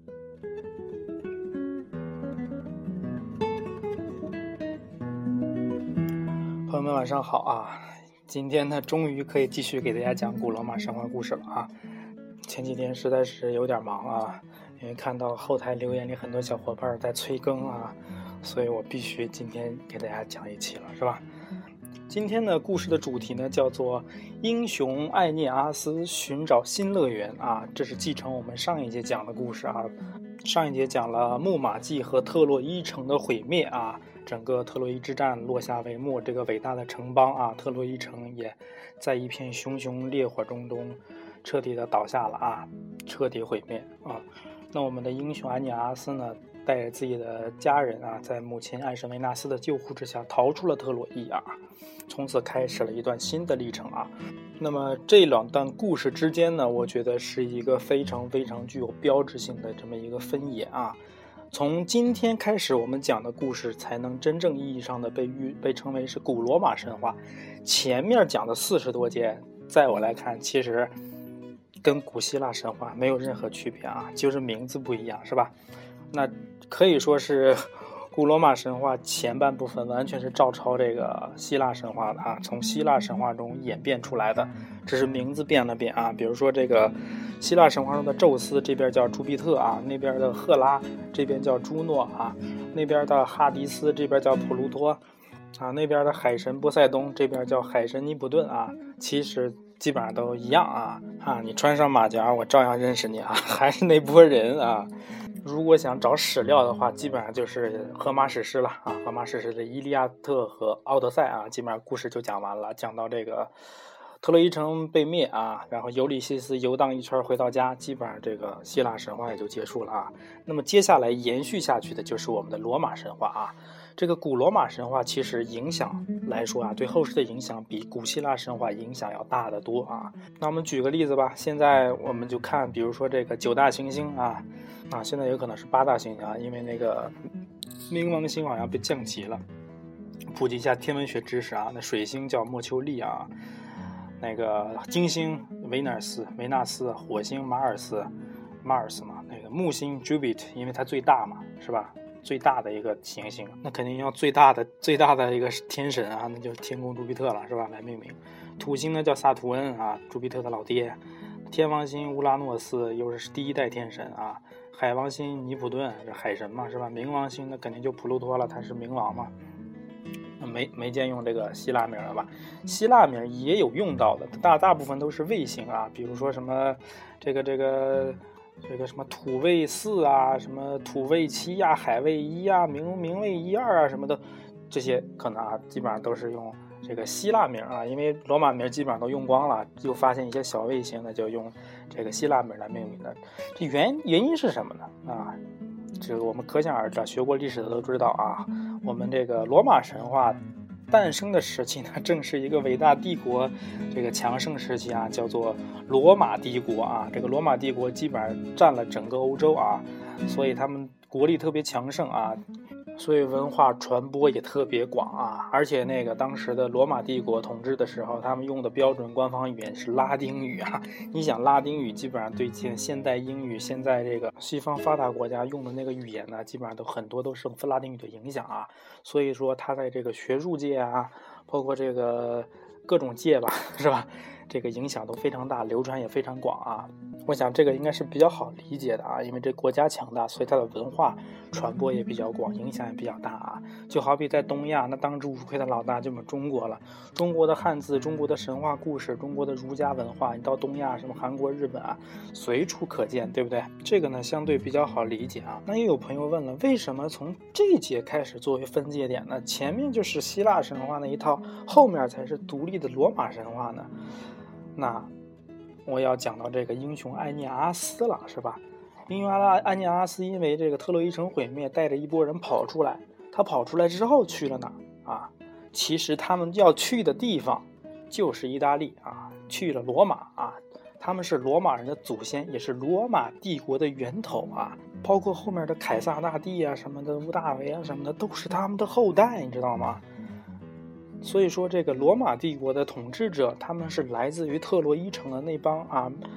朋友们晚上好啊！今天呢，终于可以继续给大家讲古罗马神话故事了啊！前几天实在是有点忙啊，因为看到后台留言里很多小伙伴在催更啊，所以我必须今天给大家讲一期了，是吧？今天的故事的主题呢，叫做英雄艾涅阿斯寻找新乐园啊，这是继承我们上一节讲的故事啊。上一节讲了木马计和特洛伊城的毁灭啊，整个特洛伊之战落下帷幕，这个伟大的城邦啊，特洛伊城也在一片熊熊烈火中彻底的倒下了啊，彻底毁灭啊。那我们的英雄艾涅阿斯呢，带着自己的家人啊，在母亲艾什维纳斯的救护之下逃出了特洛伊啊，从此开始了一段新的历程啊。那么这两段故事之间呢，我觉得是一个非常非常具有标志性的这么一个分野啊。从今天开始，我们讲的故事才能真正意义上的被称为是古罗马神话。前面讲的40多节，在我来看，其实跟古希腊神话没有任何区别啊，就是名字不一样，是吧？那可以说是古罗马神话前半部分完全是照抄这个希腊神话的啊，从希腊神话中演变出来的，只是名字变了变啊。比如说这个希腊神话中的宙斯，这边叫朱庇特啊，那边的赫拉这边叫朱诺啊，那边的哈迪斯这边叫普鲁托啊，那边的海神波塞冬这边叫海神尼普顿啊，其实基本上都一样啊，你穿上马甲我照样认识你啊，还是那波人啊。如果想找史料的话，基本上就是荷马史诗了啊，荷马史诗的伊利亚特和奥德赛啊，基本上故事就讲完了，讲到这个特洛伊城被灭啊，然后尤里西斯游荡一圈回到家，基本上这个希腊神话也就结束了啊。那么接下来延续下去的就是我们的罗马神话啊。这个古罗马神话其实影响来说啊，对后世的影响比古希腊神话影响要大得多啊。那我们举个例子吧，现在我们就看，比如说这个9大行星啊，现在有可能是8大行星啊，因为那个冥王星好像被降级了。普及一下天文学知识啊，那水星叫莫丘利啊，那个金星维纳斯，火星马尔斯嘛，那个木星 Jupiter， 因为它最大嘛，是吧？最大的一个行星，那肯定要最大的一个天神啊，那就是天宫朱庇特了，是吧？来命名。土星呢叫萨图恩啊，朱庇特的老爹。天王星乌拉诺斯又是第1代天神啊。海王星尼普顿是海神嘛，是吧？冥王星那肯定就普鲁托了，他是冥王嘛。没见用这个希腊名了吧？希腊名也有用到的，大部分都是卫星啊，比如说什么这个什么土卫4啊，什么土卫7啊，海卫1啊，冥卫1、2啊什么的，这些可能啊基本上都是用这个希腊名啊，因为罗马名基本上都用光了，又发现一些小卫星呢，就用这个希腊名来命名的。这原因是什么呢？啊，这个我们可想而知，学过历史的都知道啊，我们这个罗马神话诞生的时期呢，正是一个伟大帝国这个强盛时期啊，叫做罗马帝国啊。这个罗马帝国基本上占了整个欧洲啊，所以他们国力特别强盛啊，所以文化传播也特别广啊。而且那个当时的罗马帝国统治的时候，他们用的标准官方语言是拉丁语啊。你想拉丁语基本上对现代英语，现在这个西方发达国家用的那个语言呢，基本上很多都是拉丁语的影响啊。所以说他在这个学术界啊，包括这个各种界吧，是吧？这个影响都非常大，流传也非常广啊。我想这个应该是比较好理解的啊，因为这国家强大，所以它的文化传播也比较广，影响也比较大啊。就好比在东亚，那当之无愧的老大就是中国了。中国的汉字，中国的神话故事，中国的儒家文化，你到东亚什么韩国、日本啊，随处可见，对不对？这个呢相对比较好理解啊。那又有朋友问了，为什么从这一节开始作为分界点呢？前面就是希腊神话那一套，后面才是独立的罗马神话呢？那我要讲到这个英雄艾涅阿斯了，是吧？英雄艾涅阿斯因为这个特洛伊城毁灭，带着一拨人跑出来。他跑出来之后去了哪啊？其实他们要去的地方就是意大利啊，去了罗马啊。他们是罗马人的祖先，也是罗马帝国的源头啊。包括后面的凯撒大帝啊什么的，屋大维啊什么的，都是他们的后代，你知道吗？所以说这个罗马帝国的统治者，他们是来自于特洛伊城的那帮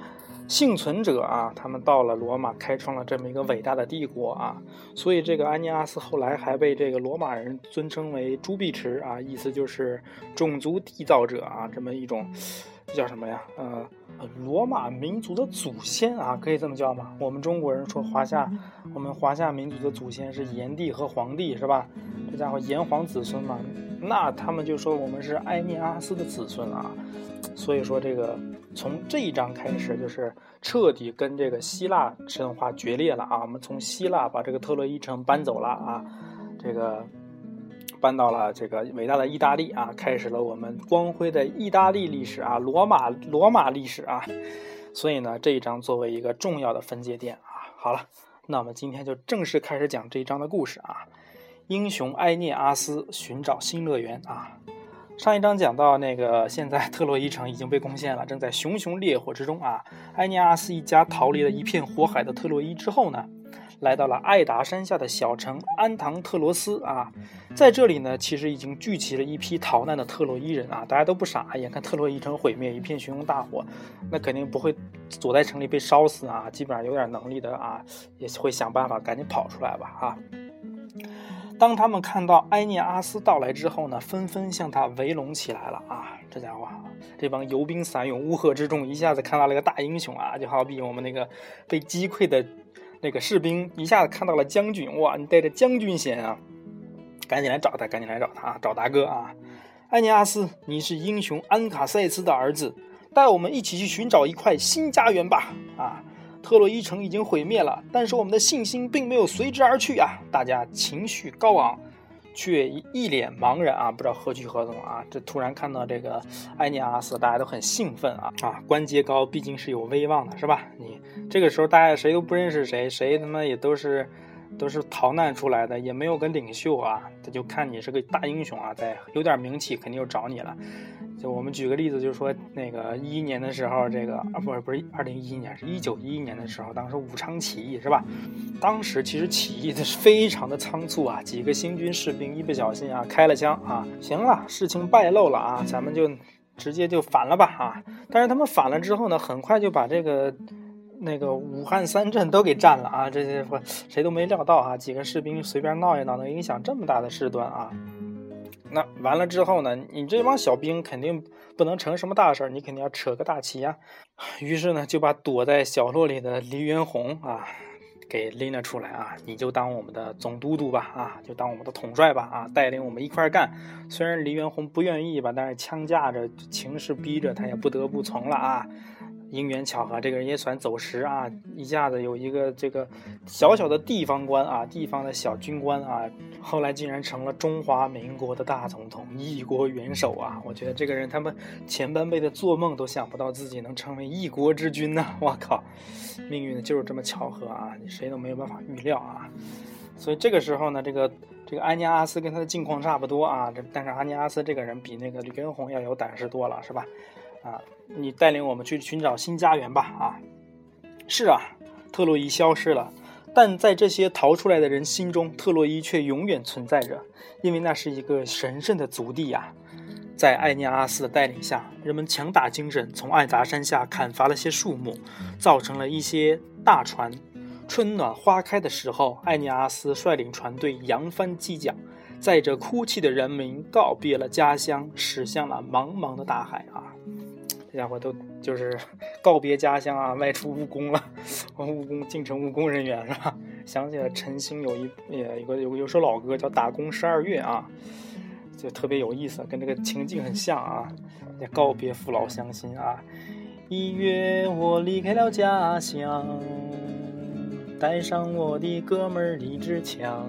幸存者啊，他们到了罗马，开创了这么一个伟大的帝国啊。所以这个安尼阿斯后来还被这个罗马人尊称为朱庇持啊，意思就是种族缔造者啊，这么一种叫什么呀？罗马民族的祖先啊，可以这么叫吗？我们中国人说我们华夏民族的祖先是炎帝和黄帝，是吧？这家伙炎黄子孙嘛，那他们就说我们是埃涅阿斯的子孙啊。所以说这个从这一章开始，就是彻底跟这个希腊神话决裂了啊。我们从希腊把这个特洛伊城搬走了啊，这个搬到了这个伟大的意大利啊，开始了我们光辉的意大利历史啊，罗马历史啊。所以呢，这一章作为一个重要的分界点啊。好了，那我们今天就正式开始讲这一章的故事啊。英雄埃涅阿斯寻找新乐园啊。上一章讲到那个现在特洛伊城已经被攻陷了，正在熊熊烈火之中啊。埃涅阿斯一家逃离了一片火海的特洛伊之后呢，来到了艾达山下的小城安唐特罗斯啊。在这里呢，其实已经聚集了一批逃难的特洛伊人啊。大家都不傻，眼看特洛伊城毁灭，一片熊熊大火，那肯定不会躲在城里被烧死啊。基本上有点能力的啊，也会想办法赶紧跑出来吧啊。当他们看到埃涅阿斯到来之后呢，纷纷向他围拢起来了啊！这家伙，这帮游兵散勇乌合之众一下子看到了个大英雄啊，就好比我们那个被击溃的那个士兵一下子看到了将军，哇，你带着将军衔啊，赶紧来找他啊，找大哥啊！埃涅阿斯，你是英雄安卡塞斯的儿子，带我们一起去寻找一块新家园吧！啊！特洛伊城已经毁灭了，但是我们的信心并没有随之而去啊！大家情绪高昂，却一脸茫然啊，不知道何去何从啊！这突然看到这个埃涅阿斯，大家都很兴奋啊！官阶高毕竟是有威望的，是吧？你这个时候大家谁都不认识谁，谁他妈也都是逃难出来的，也没有个领袖啊，他就看你是个大英雄啊，在有点名气肯定就找你了。就我们举个例子，就是说那个2011年的时候，这个不是2011年，是1911年的时候，当时武昌起义是吧？当时其实起义的是非常的仓促啊，几个新军士兵一不小心啊开了枪啊，行了，事情败露了啊，咱们就直接就反了吧啊！但是他们反了之后呢，很快就把那个武汉3镇都给占了啊！这些谁都没料到啊，几个士兵随便闹一闹，能影响这么大的事端啊！那完了之后呢，你这帮小兵肯定不能成什么大事，你肯定要扯个大旗啊。于是呢，就把躲在角落里的黎元洪啊给拎了出来啊，你就当我们的总督督吧啊，就当我们的统帅吧啊，带领我们一块干。虽然黎元洪不愿意吧，但是枪架着情势逼着他也不得不从了啊。因缘巧合，这个人也算走时啊，一下子有一个这个小小的地方官啊，地方的小军官啊，后来竟然成了中华民国的大总统，一国元首啊！我觉得这个人他们前半辈子做梦都想不到自己能成为一国之君呐！我靠，命运就是这么巧合啊，你谁都没有办法预料啊！所以这个时候呢，这个埃涅阿斯跟他的境况差不多啊，但是埃涅阿斯这个人比那个李元洪要有胆识多了，是吧？啊，你带领我们去寻找新家园吧！啊，是啊，特洛伊消失了，但在这些逃出来的人心中，特洛伊却永远存在着，因为那是一个神圣的族地啊。在埃涅阿斯的带领下，人们强打精神，从艾达山下砍伐了些树木，造成了一些大船。春暖花开的时候，埃涅阿斯率领船队扬帆击桨，载着哭泣的人民告别了家乡，驶向了茫茫的大海啊！这家伙都就是告别家乡啊，外出务工了，进城务工人员是吧？想起了陈星有首老歌叫《打工12月》啊，就特别有意思，跟这个情境很像啊。告别父老乡亲啊，1月我离开了家乡，带上我的哥们李志强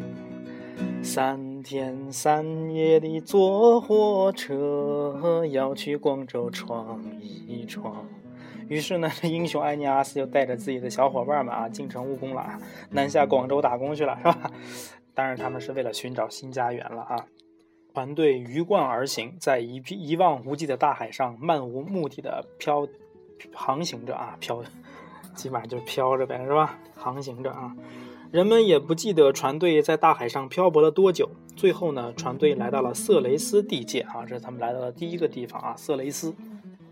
，3天3夜的坐火车，要去广州闯一闯。于是呢，英雄埃涅阿斯就带着自己的小伙伴们啊，进城务工了啊，南下广州打工去了，是吧？当然，他们是为了寻找新家园了啊。船队鱼贯而行，在一望无际的大海上漫无目的的航行着啊，基本上就飘着呗，是吧？航行着啊。人们也不记得船队在大海上漂泊了多久，最后呢，船队来到了色雷斯地界啊，这是他们来到的第一个地方啊，色雷斯。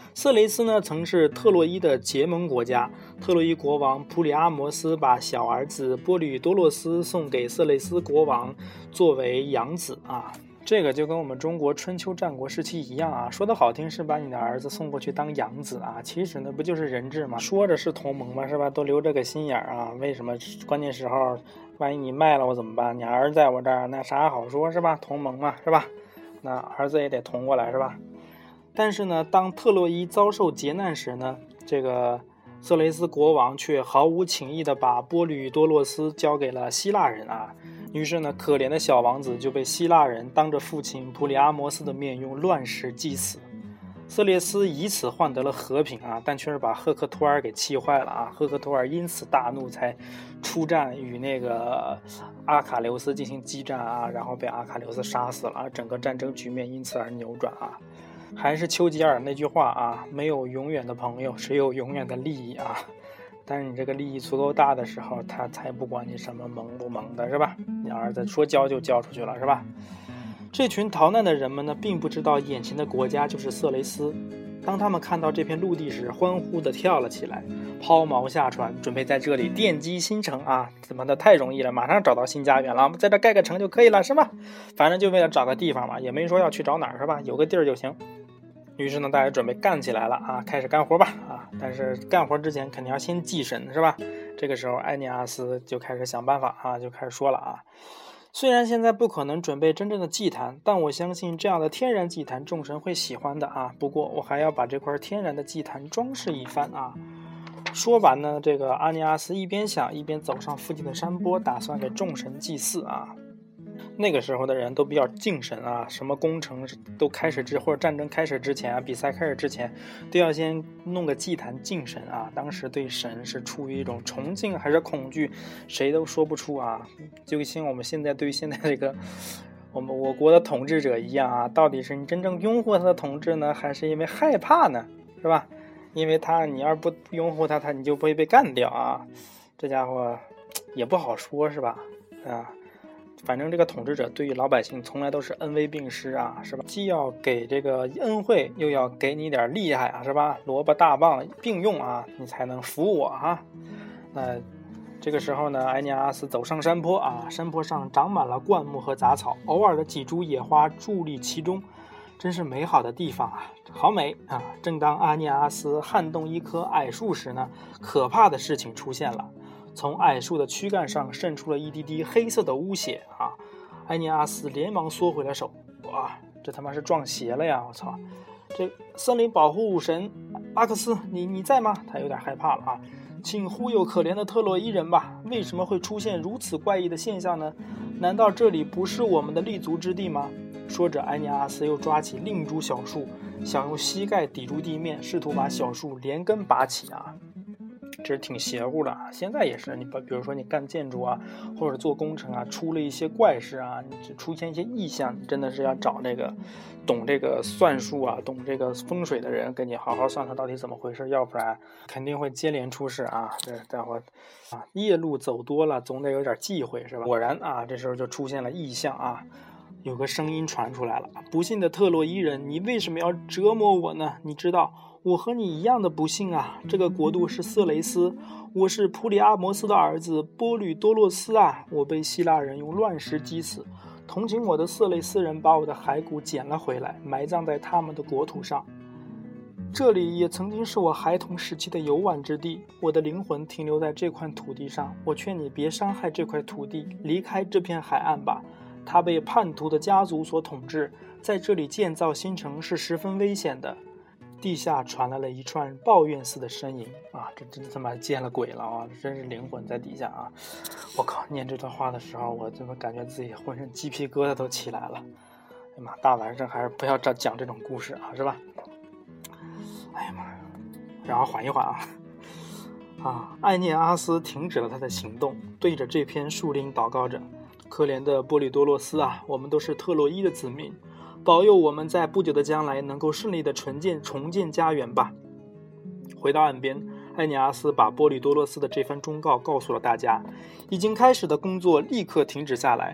色雷斯呢曾是特洛伊的结盟国家，特洛伊国王普里阿摩斯把小儿子波吕多洛斯送给色雷斯国王作为养子啊。这个就跟我们中国春秋战国时期一样啊，说的好听是把你的儿子送过去当养子啊，其实呢不就是人质吗？说着是同盟嘛，是吧？都留着个心眼啊，为什么关键时候万一你卖了我怎么办？你儿子在我这儿，那啥好说是吧？同盟嘛，是吧？那儿子也得同过来是吧？但是呢，当特洛伊遭受劫难时呢，这个色雷斯国王却毫无情义地把波吕多洛斯交给了希腊人啊。于是呢，可怜的小王子就被希腊人当着父亲普里阿摩斯的面用乱石击死。色列斯以此换得了和平啊，但却是把赫克托尔给气坏了啊。赫克托尔因此大怒，才出战与那个阿卡琉斯进行激战啊，然后被阿卡琉斯杀死了，整个战争局面因此而扭转啊。还是丘吉尔那句话啊，没有永远的朋友，只有永远的利益啊。但是你这个利益足够大的时候，他才不管你什么盟不盟的，是吧？你儿子说交就交出去了，是吧？这群逃难的人们呢，并不知道眼前的国家就是色雷斯。当他们看到这片陆地时，欢呼地跳了起来，抛锚下船，准备在这里奠基新城啊！怎么的，太容易了，马上找到新家园了，我们在这盖个城就可以了，是吧？反正就为了找个地方嘛，也没说要去找哪儿，是吧？有个地儿就行。于是呢，大家准备干起来了啊，开始干活吧啊！但是干活之前肯定要先祭神，是吧？这个时候埃涅阿斯就开始想办法啊，就开始说了啊。虽然现在不可能准备真正的祭坛，但我相信这样的天然祭坛众神会喜欢的啊。不过我还要把这块天然的祭坛装饰一番啊。说完呢，这个阿涅阿斯一边想一边走上附近的山坡，打算给众神祭祀啊。那个时候的人都比较敬神啊，什么工程都开始或者战争开始之前啊，比赛开始之前，都要先弄个祭坛敬神啊。当时对神是出于一种崇敬还是恐惧，谁都说不出啊。就像我们现在对于现在这个我国的统治者一样啊，到底是你真正拥护他的统治呢，还是因为害怕呢，是吧？因为你要不拥护他你就不会被干掉啊。这家伙也不好说，是吧？啊。反正这个统治者对于老百姓从来都是恩威并施啊，是吧？既要给这个恩惠，又要给你点厉害啊，是吧？萝卜大棒并用啊，你才能服我啊。那这个时候呢，埃涅阿斯走上山坡啊，山坡上长满了灌木和杂草，偶尔的几株野花伫立其中，真是美好的地方啊，好美啊！正当阿涅阿斯撼动一棵矮树时呢，可怕的事情出现了。从矮树的躯干上渗出了一滴滴黑色的污血啊！埃涅阿斯连忙缩回了手。哇，这他妈是撞邪了呀！我操！这森林保护神阿克斯，你在吗？他有点害怕了啊！请忽悠可怜的特洛伊人吧！为什么会出现如此怪异的现象呢？难道这里不是我们的立足之地吗？说着，埃涅阿斯又抓起另一株小树，想用膝盖抵住地面，试图把小树连根拔起啊！这是挺邪乎的啊！现在也是，你比如说你干建筑啊，或者做工程啊，出了一些怪事啊，你出现一些异象，你真的是要找这个懂这个算术啊，懂这个风水的人，跟你好好算算到底怎么回事，要不然肯定会接连出事啊！这家伙啊，夜路走多了，总得有点忌讳是吧？果然啊，这时候就出现了异象啊！有个声音传出来了：不幸的特洛伊人，你为什么要折磨我呢？你知道我和你一样的不幸啊！这个国度是色雷斯，我是普里阿摩斯的儿子波吕多洛斯啊！我被希腊人用乱石击死，同情我的色雷斯人把我的骸骨捡了回来，埋葬在他们的国土上。这里也曾经是我孩童时期的游玩之地，我的灵魂停留在这块土地上。我劝你别伤害这块土地，离开这片海岸吧。它被叛徒的家族所统治，在这里建造新城是十分危险的。地下传来了一串抱怨似的呻吟啊！这真他妈见了鬼了啊！真是灵魂在底下啊！我靠，念这段话的时候，我怎么感觉自己浑身鸡皮疙瘩都起来了？哎呀妈，大晚上还是不要讲这种故事啊，是吧？哎呀妈呀！然后缓一缓啊！埃涅阿斯停止了他的行动，对着这片树林祷告着：可怜的波利多洛斯啊，我们都是特洛伊的子民。保佑我们在不久的将来能够顺利的重建家园吧。回到岸边，埃涅阿斯把波利多洛斯的这番忠告告诉了大家。已经开始的工作立刻停止下来，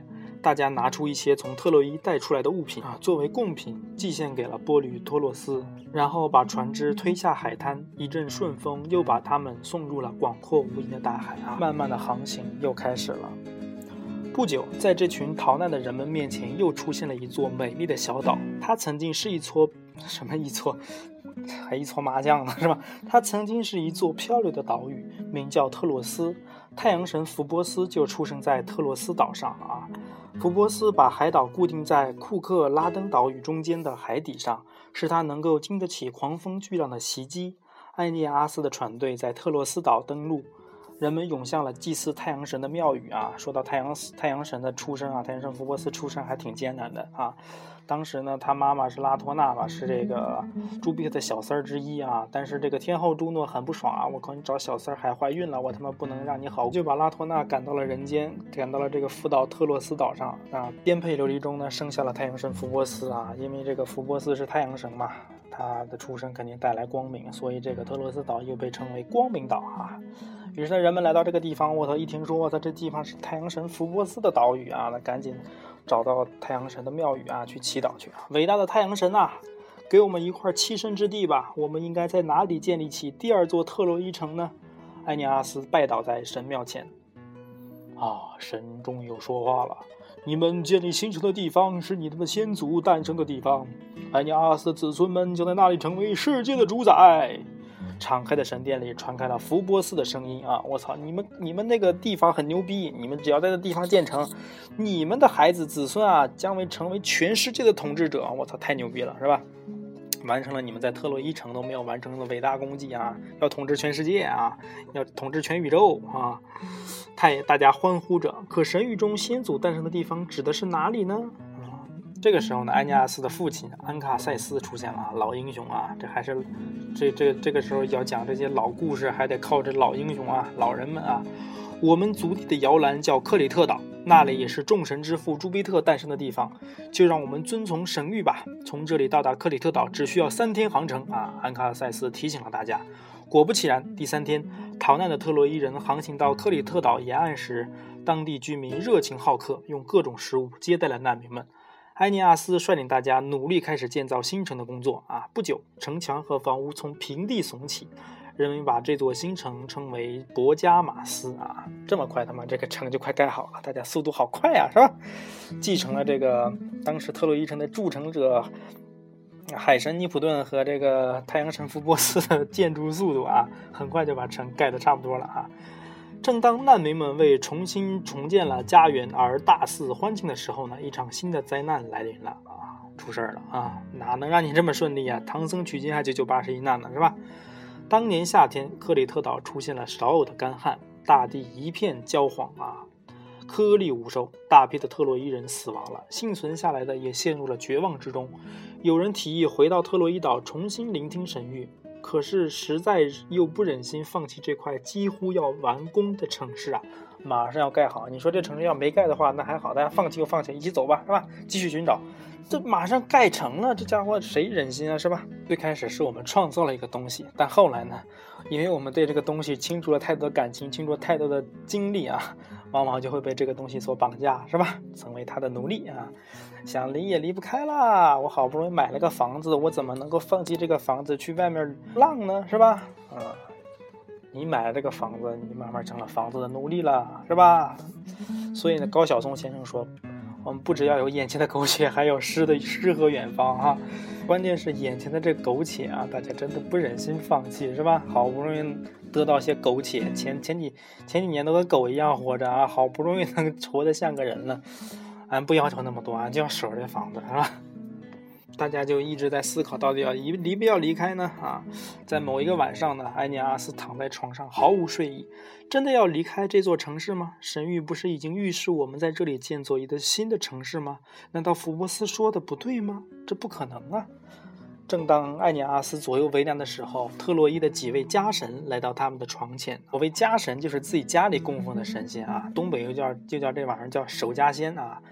大家拿出一些从特洛伊带出来的物品作为贡品寄献给了波吕托洛斯，然后把船只推下海滩，一阵顺风又把他们送入了广阔无垠的大海慢慢的航行又开始了。不久，在这群逃难的人们面前又出现了一座美丽的小岛，它曾经是一撮还一撮麻将呢是吧？它曾经是一座漂流的岛屿，名叫特洛斯。太阳神福波斯就出生在特洛斯岛上福波斯把海岛固定在库克拉登岛屿中间的海底上，使它能够经得起狂风巨浪的袭击。埃涅阿斯的船队在特洛斯岛登陆，人们涌向了祭祀太阳神的庙宇说到太阳神的出生太阳神福波斯出生还挺艰难的当时呢，他妈妈是拉托纳是这个朱庇特的小三儿之一但是这个天后朱诺很不爽我靠，你找小三儿还怀孕了，我他妈不能让你好，就把拉托纳赶到了人间，赶到了这个福岛特洛斯岛上颠沛流离中呢，生下了太阳神福波斯因为这个福波斯是太阳神嘛，他的出生肯定带来光明，所以这个特洛斯岛又被称为光明岛于是人们来到这个地方，一听说这地方是太阳神福波斯的岛屿那赶紧找到太阳神的庙宇去祈祷去伟大的太阳神给我们一块栖身之地吧，我们应该在哪里建立起第二座特洛伊城呢？埃涅阿斯拜倒在神庙前神终于有说话了，你们建立新城的地方是你们的先祖诞生的地方，埃涅阿斯的子孙们将在那里成为世界的主宰。敞开的神殿里传开了福波斯的声音我操，你们那个地方很牛逼，你们只要在这地方建成，你们的孩子子孙将会成为全世界的统治者，我操，太牛逼了是吧？完成了你们在特洛伊城都没有完成的伟大功绩要统治全世界要统治全宇宙大家欢呼着。可神谕中先祖诞生的地方指的是哪里呢？这个时候呢，埃涅阿斯的父亲安卡塞斯出现了老英雄这还是这个时候要讲这些老故事，还得靠这老英雄老人们我们族地的摇篮叫克里特岛，那里也是众神之父朱庇特诞生的地方，就让我们遵从神谕吧，从这里到达克里特岛只需要3天航程安卡塞斯提醒了大家。果不其然，第3天逃难的特洛伊人航行到克里特岛沿岸时，当地居民热情好客，用各种食物接待了难民们。埃涅阿斯率领大家努力开始建造新城的工作不久，城墙和房屋从平地耸起，人们把这座新城称为博加马斯这么快他妈这个城就快盖好了，大家速度好快是吧？继承了这个当时特洛伊城的筑城者海神尼普顿和这个太阳神福波斯的建筑速度很快就把城盖得差不多了正当难民们为重新重建了家园而大肆欢庆的时候呢，一场新的灾难来临了出事了哪能让你这么顺利唐僧取经还991难呢是吧？当年夏天，克里特岛出现了少有的干旱，大地一片焦黄颗粒无收，大批的特洛伊人死亡了，幸存下来的也陷入了绝望之中。有人提议回到特洛伊岛重新聆听神谕，可是实在又不忍心放弃这块几乎要完工的城市马上要盖好。你说这城市要没盖的话，那还好，大家放弃就放弃，一起走吧，是吧？继续寻找。这马上盖成了，这家伙谁忍心是吧？最开始是我们创造了一个东西，但后来呢，因为我们对这个东西倾注了太多感情，倾注了太多的精力往往就会被这个东西所绑架，是吧？成为他的奴隶想离也离不开啦。我好不容易买了个房子，我怎么能够放弃这个房子去外面浪呢？是吧？你买了这个房子，你慢慢成了房子的奴隶了，是吧？所以呢，高晓松先生说，我们不只要有眼前的苟且，还有诗和远方关键是眼前的这苟且大家真的不忍心放弃，是吧？好不容易得到些苟且，前几年都跟狗一样活着好不容易能活得像个人了，俺不要求那么多就要守着这房子，是吧？大家就一直在思考到底要不要离开呢在某一个晚上呢，埃涅阿斯躺在床上毫无睡意。真的要离开这座城市吗？神谕不是已经预示我们在这里建造一个新的城市吗？难道福波斯说的不对吗？这不可能正当埃涅阿斯左右为难的时候，特洛伊的几位家神来到他们的床前。所谓家神就是自己家里供奉的神仙东北又叫这玩意儿叫守家仙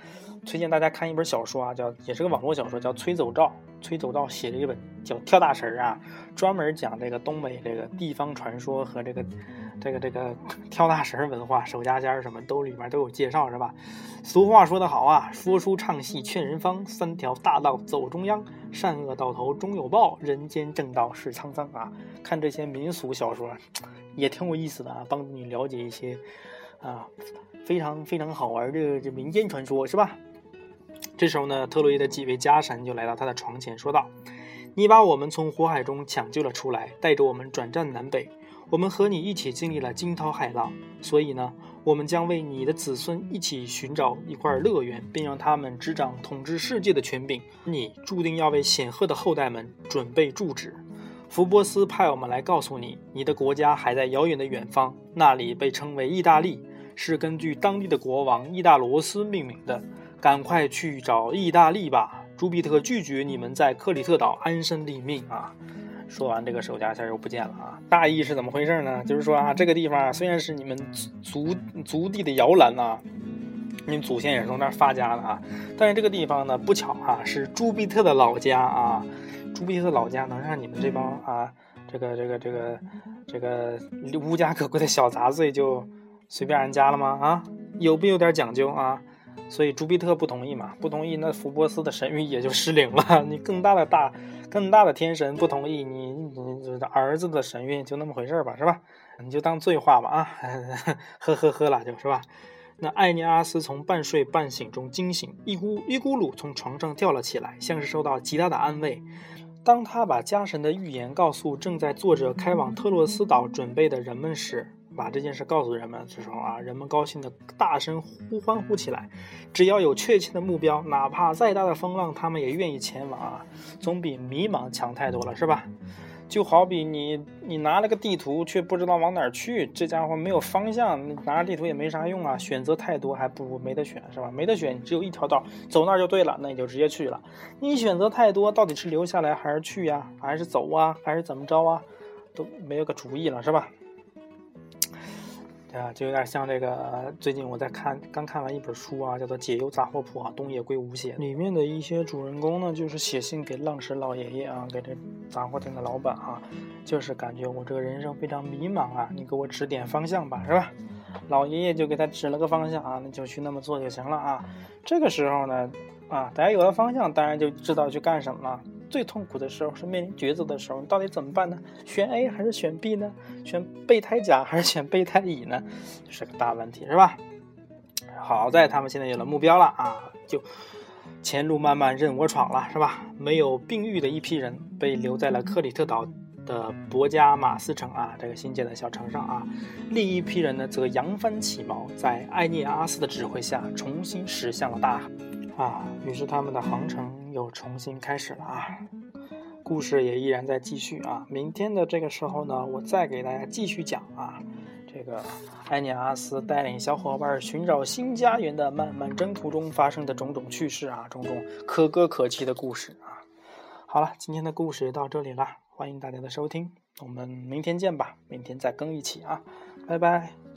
推荐大家看一本小说啊，也是个网络小说，叫崔走照。崔走照写了一本叫《跳大神》啊，专门讲这个东北这个地方传说和这个跳大神文化、手家仙什么都里面都有介绍，是吧？俗话说得好啊，说书唱戏劝人方，三条大道走中央，善恶到头终有报，人间正道是沧桑啊。看这些民俗小说也挺有意思的啊，帮助你了解一些啊非常非常好玩的这民间传说，是吧？这时候呢，特洛伊的几位家神就来到他的床前，说道：“你把我们从火海中抢救了出来，带着我们转战南北，我们和你一起经历了惊涛骇浪，所以呢，我们将为你的子孙一起寻找一块乐园，并让他们执掌统治世界的权柄。你注定要为显赫的后代们准备住址。福波斯派我们来告诉你，你的国家还在遥远的远方，那里被称为意大利，是根据当地的国王意大罗斯命名的。赶快去找意大利吧！朱庇特拒绝你们在克里特岛安身立命啊！”说完，这个手家仙又不见了啊。大意是怎么回事呢？就是说啊，这个地方虽然是你们族地的摇篮啊，你们祖先也是从那儿发家的啊，但是这个地方呢，不巧啊，是朱庇特的老家啊。朱庇特的老家能让你们这帮啊，这个无家可归的小杂碎就随便人家了吗？啊，有不有点讲究啊？所以朱庇特不同意嘛，不同意，那福波斯的神谕也就失灵了。你更大的天神不同意，你儿子的神谕就那么回事吧，是吧？你就当醉话吧啊，呵了就是吧。那艾涅阿斯从半睡半醒中惊醒，一咕噜从床上跳了起来，像是受到极大的安慰。当他把家神的预言告诉正在坐着开往特洛斯岛准备的人们时，把这件事告诉人们之后啊，人们高兴的大声欢呼起来。只要有确切的目标，哪怕再大的风浪，他们也愿意前往啊，总比迷茫强太多了，是吧？就好比你拿了个地图却不知道往哪儿去，这家伙没有方向，拿着地图也没啥用啊，选择太多还不如没得选，是吧？没得选，只有一条道，走那儿就对了，那你就直接去了。你选择太多，到底是留下来还是去呀，还是走啊，还是怎么着啊，都没有个主意了，是吧？就有点像这个，最近我刚看完一本书啊，叫做《解忧杂货铺》啊，东野圭吾写，里面的一些主人公呢，就是写信给浪矢老爷爷啊，给这杂货店的老板啊，就是感觉我这个人生非常迷茫啊，你给我指点方向吧，是吧？老爷爷就给他指了个方向啊，那就去那么做就行了啊。这个时候呢，大家有了方向，当然就知道去干什么了。最痛苦的时候是面临抉择的时候，你到底怎么办呢？选 A 还是选 B 呢？选备胎甲还是选备胎乙呢？是个大问题，是吧？好在他们现在有了目标了啊，就前路漫漫任我闯了，是吧？没有病愈的一批人被留在了克里特岛的博加马斯城啊，这个新建的小城上啊。另一批人呢，则扬帆起锚，在艾涅阿斯的指挥下，重新驶向了大海啊。于是他们的航程又重新开始了啊。故事也依然在继续啊。明天的这个时候呢，我再给大家继续讲啊，这个艾涅阿斯带领小伙伴寻找新家园的漫漫征途中发生的种种趣事啊，种种可歌可泣的故事啊。好了，今天的故事也到这里了，欢迎大家的收听，我们明天见吧，明天再更一期啊，拜拜。